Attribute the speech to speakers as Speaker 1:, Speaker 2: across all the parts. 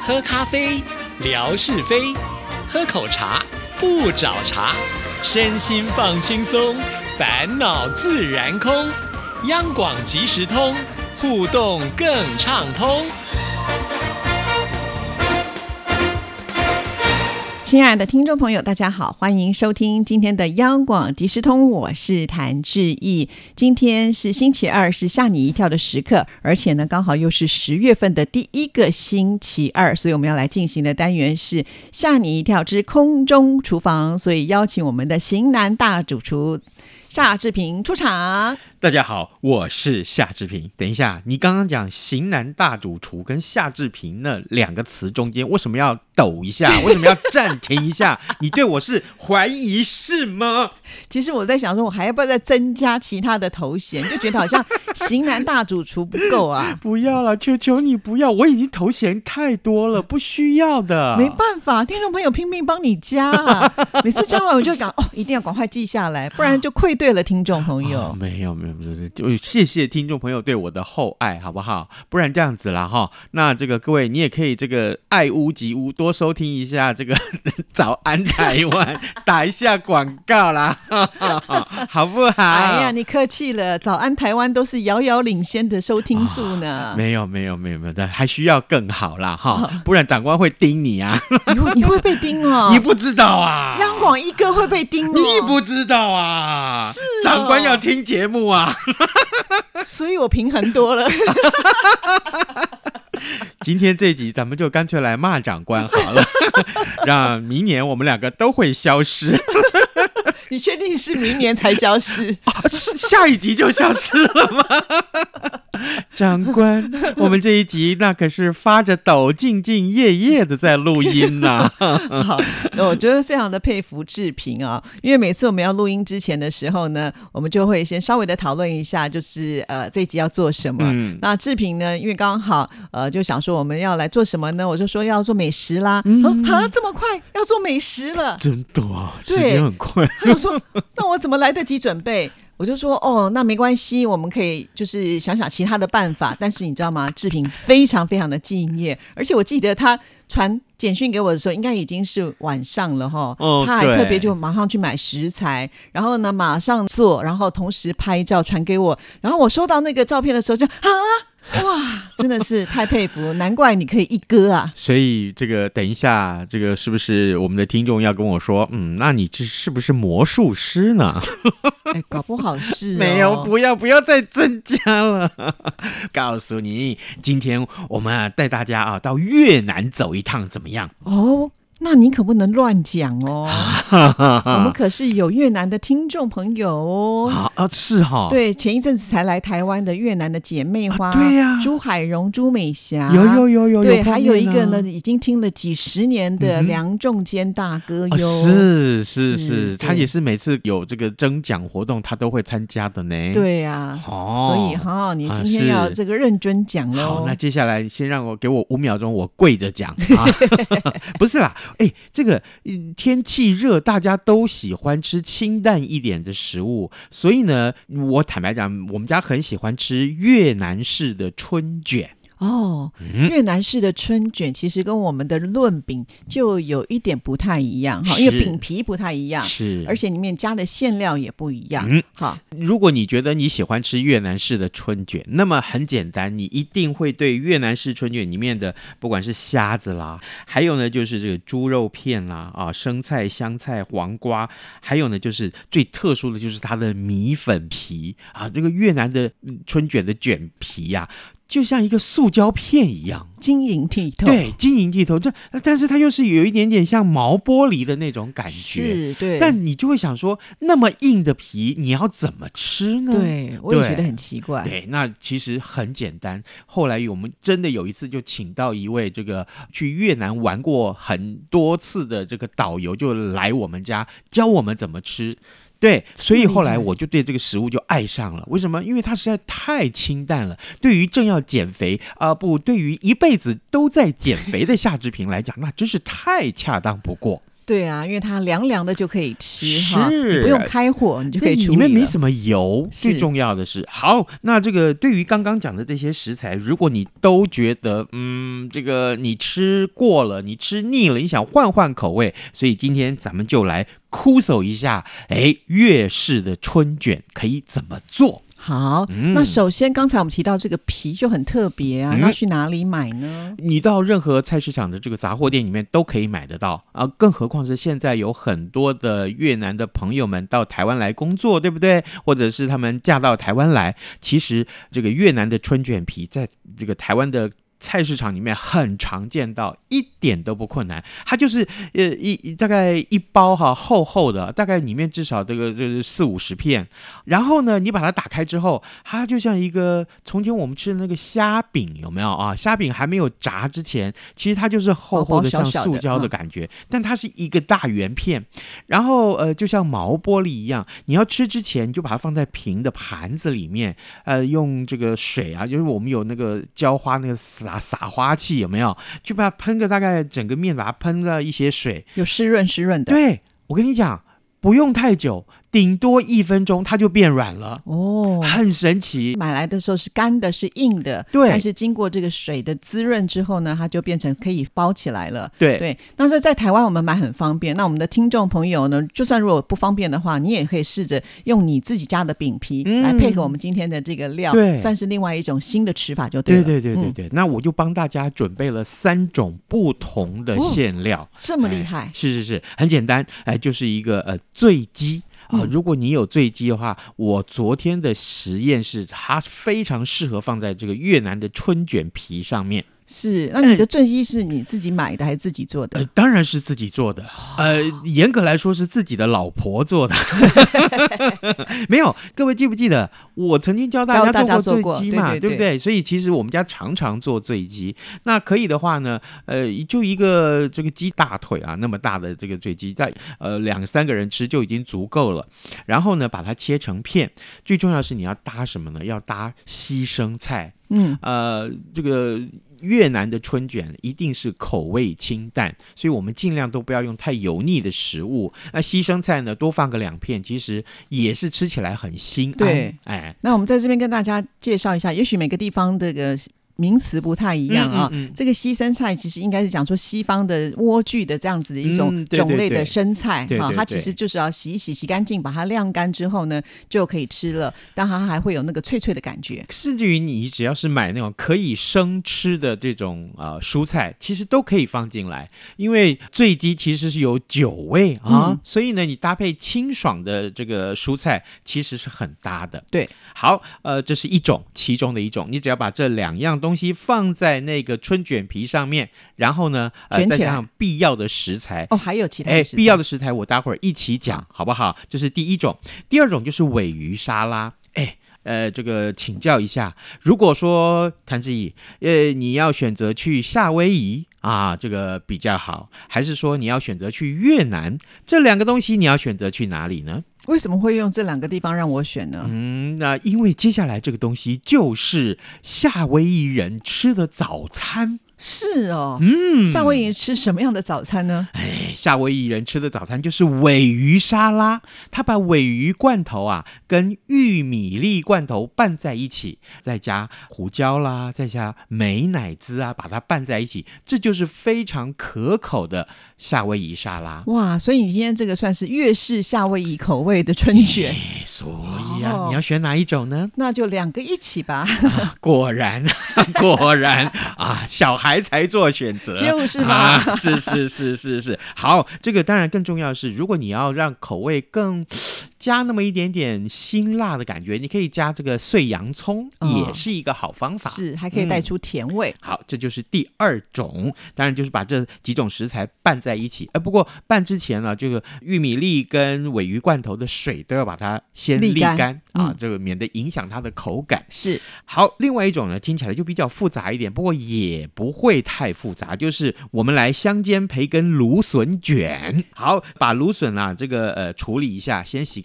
Speaker 1: 喝咖啡，聊是非；喝口茶，不找茬。身心放轻松，烦恼自然空。央广即时通，互动更畅通。
Speaker 2: 亲爱的听众朋友，大家好，欢迎收听今天的央广即时通，我是谭志毅。今天是星期二，是吓你一跳的时刻，而且呢，刚好又是10月份的第一个星期二，所以我们要来进行的单元是吓你一跳之空中厨房，所以邀请我们的型男大主厨夏志平出场。
Speaker 3: 大家好，我是夏志平。等一下，你刚刚讲型男大主厨跟夏志平那2个词中间为什么要抖一下？为什么要暂停一下？你对我是怀疑是吗？
Speaker 2: 其实我在想说，我还要不要再增加其他的头衔，就觉得好像型男大主厨不够啊。
Speaker 3: 不要了，求求你不要，我已经头衔太多了，不需要的。
Speaker 2: 没办法，听众朋友拼命帮你加啊，每次加完我就讲一定要赶快记下来，不然就愧对了听众朋友。
Speaker 3: 没有，就谢谢听众朋友对我的厚爱，好不好？不然这样子啦哈，那这个各位你也可以这个爱屋及乌，多收听一下这个早安台湾，打一下广告啦，好不好？
Speaker 2: 哎呀，你客气了，早安台湾都是遥遥领先的收听数呢。
Speaker 3: 没有，还需要更好啦哈，不然长官会盯你啊。
Speaker 2: 你会被盯哦？
Speaker 3: 你不知道啊？
Speaker 2: 央广一哥会被盯哦？
Speaker 3: 你不知道啊？是哦，长官要听节目啊。
Speaker 2: 所以我平衡多了。
Speaker 3: 今天这集咱们就干脆来骂长官好了，让明年我们2个都会消失。
Speaker 2: 你确定是明年才消失？
Speaker 3: 下一集就消失了吗？长官，我们这一集那可是发着抖，兢兢业业的在录音呢。
Speaker 2: 好，我觉得非常的佩服志平啊，因为每次我们要录音之前的时候呢，我们就会先稍微的讨论一下，就是这一集要做什么。那志平呢，因为刚好就想说我们要来做什么呢？我就说要做美食啦。这么快要做美食了？真的啊，时间很快。他就说，那我怎么来得及准备？我就说那没关系，我们可以就是想想其他的办法。但是你知道吗？志平非常非常的敬业，而且我记得他传简讯给我的时候，应该已经是晚上了哈。他还特别就马上去买食材，然后呢马上做，然后同时拍照传给我。然后我收到那个照片的时候就哇，真的是太佩服，难怪你可以一哥啊！
Speaker 3: 所以这个等一下，这个是不是我们的听众要跟我说，那你这是不是魔术师呢？
Speaker 2: 搞不好是
Speaker 3: 没有，不要再增加了。告诉你，今天我们带大家到越南走一趟，怎么样？
Speaker 2: 那你可不能乱讲哦。我们可是有越南的听众朋友哦。
Speaker 3: 是哈。
Speaker 2: 对，前一阵子才来台湾的越南的姐妹花，
Speaker 3: 对呀，
Speaker 2: 朱海荣、朱美霞，
Speaker 3: 有，
Speaker 2: 对，还有一个呢，已经听了几10年的梁仲坚大哥哟。
Speaker 3: 是，他也是每次有这个征奖活动，他都会参加的呢。
Speaker 2: 对啊，所以你今天要这个认真讲喽。
Speaker 3: 好，那接下来先给我5秒钟，我跪着讲啊。不是啦。这个天气热，大家都喜欢吃清淡一点的食物，所以呢，我坦白讲，我们家很喜欢吃越南式的春卷。
Speaker 2: 越南式的春卷其实跟我们的润饼就有一点不太一样，因为饼皮不太一样，是，而且里面加的馅料也不一样。
Speaker 3: 如果你觉得你喜欢吃越南式的春卷，那么很简单，你一定会对越南式春卷里面的不管是虾子啦，还有呢就是这个猪肉片啦，生菜、香菜、黄瓜，还有呢就是最特殊的就是它的米粉皮啊，这个越南的春卷的卷皮啊，就像一个塑胶片一样，
Speaker 2: 晶莹剔透。
Speaker 3: 对，晶莹剔透，但是它又是有一点点像毛玻璃的那种感觉。
Speaker 2: 是，对。
Speaker 3: 但你就会想说，那么硬的皮，你要怎么吃呢？
Speaker 2: 对，我也觉得很奇怪。
Speaker 3: 对，那其实很简单。后来我们真的有一次就请到一位这个去越南玩过很多次的这个导游，就来我们家教我们怎么吃。对，所以后来我就对这个食物就爱上了。为什么？因为它实在太清淡了。对于正要减肥对于一辈子都在减肥的夏志平来讲，那真是太恰当不过。
Speaker 2: 对啊，因为它凉凉的就可以吃
Speaker 3: 哈，
Speaker 2: 你不用开火，你就可以处理了。
Speaker 3: 里面没什么油，最重要的是好。那这个对于刚刚讲的这些食材，如果你都觉得这个你吃过了，你吃腻了，你想换换口味，所以今天咱们就来酷手一下，粤式的春卷可以怎么做？
Speaker 2: 好，那首先刚才我们提到这个皮就很特别啊，那去哪里买呢？
Speaker 3: 你到任何菜市场的这个杂货店里面都可以买得到啊，更何况是现在有很多的越南的朋友们到台湾来工作，对不对？或者是他们嫁到台湾来，其实这个越南的春卷皮在这个台湾的菜市场里面很常见到，一点都不困难。它就是大概一包厚厚的，大概里面至少这个40-50片。然后呢，你把它打开之后，它就像一个从前我们吃的那个虾饼，有没有啊？虾饼还没有炸之前，其实它就是厚厚的像塑胶的感觉，但它是一个大圆片。然后就像毛玻璃一样，你要吃之前你就把它放在平的盘子里面，用这个水啊，就是我们有那个浇花那个撒花器，有没有？就把它喷个大概整个面，把它喷了一些水，
Speaker 2: 有湿润的。
Speaker 3: 对，我跟你讲，不用太久，顶多1分钟它就变软了哦，很神奇。
Speaker 2: 买来的时候是干的，是硬的，
Speaker 3: 对，
Speaker 2: 但是经过这个水的滋润之后呢，它就变成可以包起来了。
Speaker 3: 对，
Speaker 2: 但是在台湾我们买很方便。那我们的听众朋友呢，就算如果不方便的话，你也可以试着用你自己家的饼皮来配合我们今天的这个料，算是另外一种新的吃法就对了。
Speaker 3: 对，那我就帮大家准备了3种不同的馅料，
Speaker 2: 这么厉害？
Speaker 3: 是，很简单，就是一个醉鸡。如果你有醉鸡的话，我昨天的实验是它非常适合放在这个越南的春卷皮上面。
Speaker 2: 是，那你的醉鸡是你自己买的还是自己做的？
Speaker 3: 当然是自己做的。严格来说是自己的老婆做的。没有，各位记不记得我曾经教大家做过醉鸡嘛？对不对？所以其实我们家常常做醉鸡。那可以的话呢，就一个这个鸡大腿啊，那么大的这个醉鸡，在2-3个人吃就已经足够了。然后呢，把它切成片。最重要是你要搭什么呢？要搭西生菜。这个越南的春卷一定是口味清淡，所以我们尽量都不要用太油腻的食物。那西生菜呢，多放个2片，其实也是吃起来很心安。
Speaker 2: 对，那我们在这边跟大家介绍一下，也许每个地方这个名词不太一样啊。这个西生菜其实应该是讲说西方的莴苣的这样子的一种种类的生菜，它其实就是要洗一洗干净，把它晾干之后呢就可以吃了，但它还会有那个脆脆的感觉。
Speaker 3: 甚至于你只要是买那种可以生吃的这种蔬菜，其实都可以放进来，因为醉鸡其实是有酒味啊，所以呢你搭配清爽的这个蔬菜其实是很搭的。
Speaker 2: 对，
Speaker 3: 好，这是其中的一种，你只要把这2样东西放在那个春卷皮上面，然后呢再加上必要的食材。
Speaker 2: 还有其他的食材。
Speaker 3: 必要的食材我待会儿一起讲，好不好？这是第一种。第2种就是鲔鱼沙拉。这个请教一下，如果说谭志毅，你要选择去夏威夷啊，这个比较好，还是说你要选择去越南？这2个东西你要选择去哪里呢？
Speaker 2: 为什么会用这2个地方让我选呢？
Speaker 3: 那因为接下来这个东西就是夏威夷人吃的早餐。
Speaker 2: 是哦，夏威夷人吃什么样的早餐呢？
Speaker 3: 夏威夷人吃的早餐就是鲔鱼沙拉。他把鲔鱼罐头啊跟玉米粒罐头拌在一起，再加胡椒啦，再加美乃滋啊，把它拌在一起，这就是非常可口的夏威夷沙拉。
Speaker 2: 哇，所以你今天这个算是粤式夏威夷口味的春卷。
Speaker 3: 所以啊，你要选哪一种呢？
Speaker 2: 那就2个一起吧。
Speaker 3: 果然啊，小孩才做选择，
Speaker 2: 就是嘛。
Speaker 3: 是。好，这个当然更重要的是，如果你要让口味更加那么一点点辛辣的感觉，你可以加这个碎洋葱，也是一个好方法。
Speaker 2: 是，还可以带出甜味。
Speaker 3: 好，这就是第2种，当然就是把这几种食材拌在一起。不过拌之前呢，这个玉米粒跟鲔鱼罐头的水都要把它先沥干啊，这个免得影响它的口感。
Speaker 2: 是。
Speaker 3: 好，另外一种呢，听起来就比较复杂一点，不过也不会太复杂，就是我们来香煎培根芦笋卷。好，把芦笋啊这个处理一下，先洗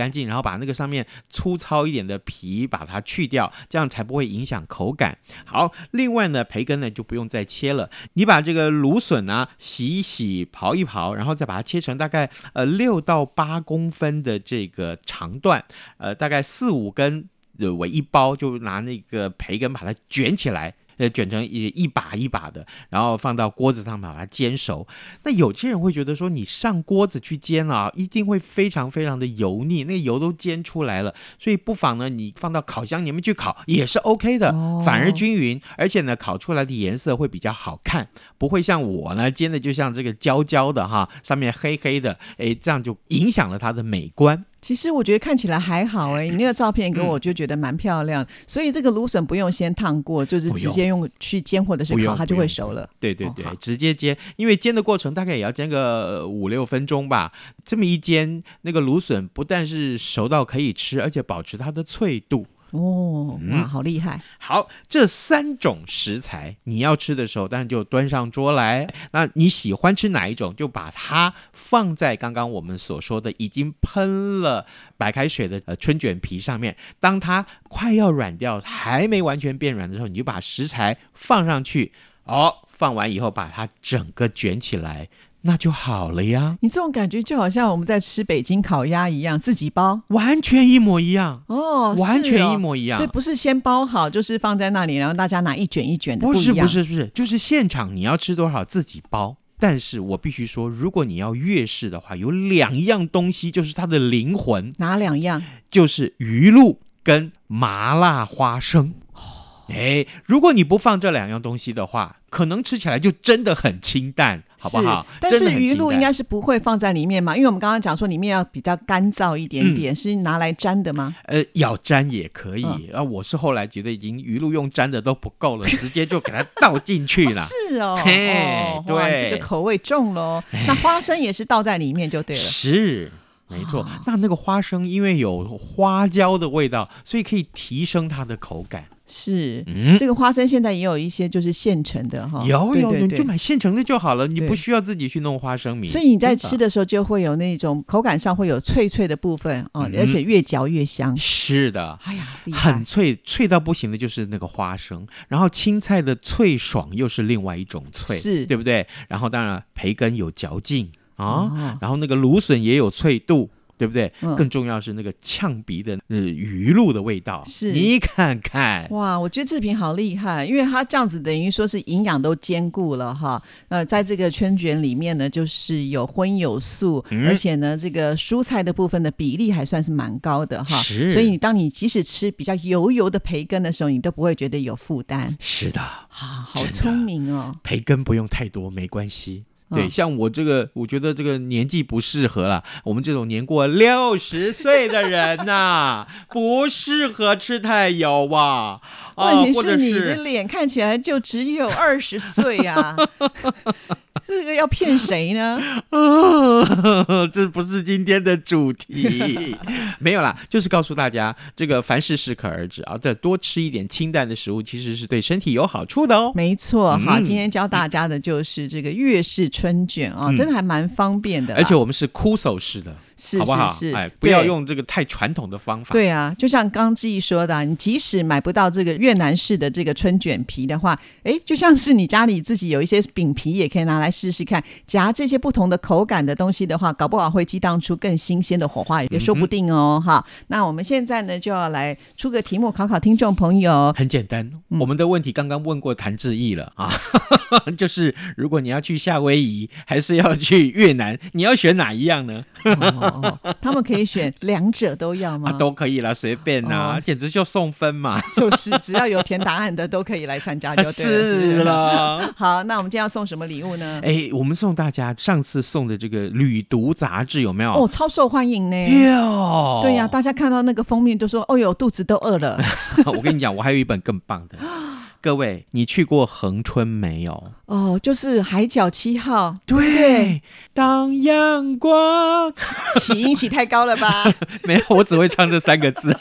Speaker 3: 干净，然后把那个上面粗糙一点的皮把它去掉，这样才不会影响口感。好，另外呢，培根呢就不用再切了，你把这个芦笋啊洗一洗，刨一刨，然后再把它切成大概6到8公分的这个长段，大概4、5根为一包，就拿那个培根把它卷起来。卷成一把一把的，然后放到锅子上把它煎熟。那有些人会觉得说，你上锅子去煎啊，一定会非常非常的油腻，那个油都煎出来了，所以不妨呢，你放到烤箱里面去烤也是 OK 的，反而均匀，而且呢，烤出来的颜色会比较好看，不会像我呢煎的就像这个焦焦的哈，上面黑黑的，这样就影响了它的美观。
Speaker 2: 其实我觉得看起来还好你那个照片给我就觉得蛮漂亮，所以这个芦笋不用先烫过，就是直接用去煎或者是烤，它就会熟了。对对对，
Speaker 3: 直接煎，因为煎的过程大概也要煎个5、6分钟吧。这么一煎，那个芦笋不但是熟到可以吃，而且保持它的脆度。
Speaker 2: 哇，好厉害！
Speaker 3: 好，这3种食材你要吃的时候，当然就端上桌来。那你喜欢吃哪一种，就把它放在刚刚我们所说的已经喷了白开水的春卷皮上面。当它快要软掉，还没完全变软的时候，你就把食材放上去。放完以后把它整个卷起来。那就好了呀。
Speaker 2: 你这种感觉就好像我们在吃北京烤鸭一样，自己包，
Speaker 3: 完全一模一样完全一模一样。
Speaker 2: 所以不是先包好，就是放在那里，然后大家拿一卷一卷的，不一样。
Speaker 3: 不是，就是现场你要吃多少自己包。但是我必须说，如果你要粤式的话，有2样东西就是它的灵魂。
Speaker 2: 哪2样？
Speaker 3: 就是鱼露跟麻辣花生。如果你不放这2样东西的话，可能吃起来就真的很清淡，好不好？
Speaker 2: 但是鱼露应该是不会放在里面嘛，因为我们刚刚讲说里面要比较干燥一点点，是拿来沾的吗？
Speaker 3: 要沾也可以我是后来觉得已经鱼露用沾的都不够了，直接就给它倒进去了。
Speaker 2: 是
Speaker 3: 对，
Speaker 2: 这个口味重咯。那花生也是倒在里面就对了。
Speaker 3: 是没错，那个花生因为有花椒的味道，所以可以提升它的口感。
Speaker 2: 是，这个花生现在也有一些就是现成的
Speaker 3: 有，你就买现成的就好了，你不需要自己去弄花生米。
Speaker 2: 所以你在吃的时候就会有那种口感上会有脆脆的部分而且越嚼越香。
Speaker 3: 是的，
Speaker 2: 哎呀，厉害，
Speaker 3: 很脆到不行的就是那个花生，然后青菜的脆爽又是另外一种脆，
Speaker 2: 是对
Speaker 3: 不对？然后当然培根有嚼劲然后那个芦笋也有脆度，对不对？更重要是那个呛鼻的鱼露的味道，
Speaker 2: 是
Speaker 3: 你看看，
Speaker 2: 哇，我觉得志平好厉害，因为他这样子等于说是营养都兼顾了哈。在这个春卷里面呢，就是有荤有素，而且呢，这个蔬菜的部分的比例还算是蛮高的哈。所以当你即使吃比较油的培根的时候，你都不会觉得有负担。
Speaker 3: 是的，
Speaker 2: 好聪明哦。
Speaker 3: 培根不用太多，没关系。对，像我这个，我觉得这个年纪不适合了。我们这种年过60岁的人呐，不适合吃太油啊。
Speaker 2: 问题是你的脸看起来就只有20岁呀。这个要骗谁呢？
Speaker 3: 这不是今天的主题。没有啦，就是告诉大家，这个凡事适可而止啊，多吃一点清淡的食物，其实是对身体有好处的哦。
Speaker 2: 没错，好，今天教大家的就是这个粤式春卷真的还蛮方便的，
Speaker 3: 而且我们是哭手式的。好不好？不要用这个太传统的方法。
Speaker 2: 对啊，就像刚志毅说的你即使买不到这个越南式的这个春卷皮的话，就像是你家里自己有一些饼皮，也可以拿来试试看，夹这些不同的口感的东西的话，搞不好会激荡出更新鲜的火花，也说不定哦。好，那我们现在呢就要来出个题目考考听众朋友。
Speaker 3: 很简单，我们的问题刚刚问过谭志毅了就是如果你要去夏威夷还是要去越南，你要选哪一样呢？
Speaker 2: 他们可以选2者都要吗？
Speaker 3: 都可以啦，随便啦，简直就送分嘛。
Speaker 2: 就是只要有填答案的都可以来参加就对了。
Speaker 3: 是了。
Speaker 2: 好，那我们今天要送什么礼物呢？
Speaker 3: 我们送大家上次送的这个旅读杂志，有没有？
Speaker 2: 超受欢迎呢。对呀，大家看到那个封面就说哟，肚子都饿了。
Speaker 3: 我跟你讲，我还有一本更棒的。各位，你去过恒春没有？
Speaker 2: 就是海角7号，
Speaker 3: 对不对？当阳光，
Speaker 2: 起音起太高了吧？
Speaker 3: 没有，我只会唱这3个字。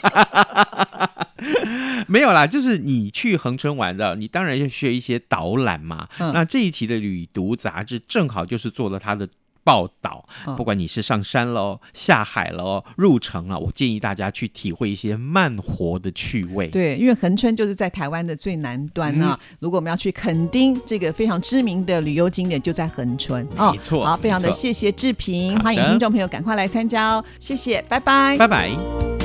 Speaker 3: 没有啦，就是你去恒春玩的，你当然要学一些导览嘛。那这一期的旅读杂志正好就是做了它的报道，不管你是上山了、下海了、入城了，我建议大家去体会一些慢活的趣味。
Speaker 2: 对，因为恒春就是在台湾的最南端啊。如果我们要去垦丁，这个非常知名的旅游景点就在恒春。
Speaker 3: 没错，
Speaker 2: 好，非常的谢谢志平，欢迎听众朋友赶快来参加哦。谢谢，拜拜，
Speaker 3: 拜拜。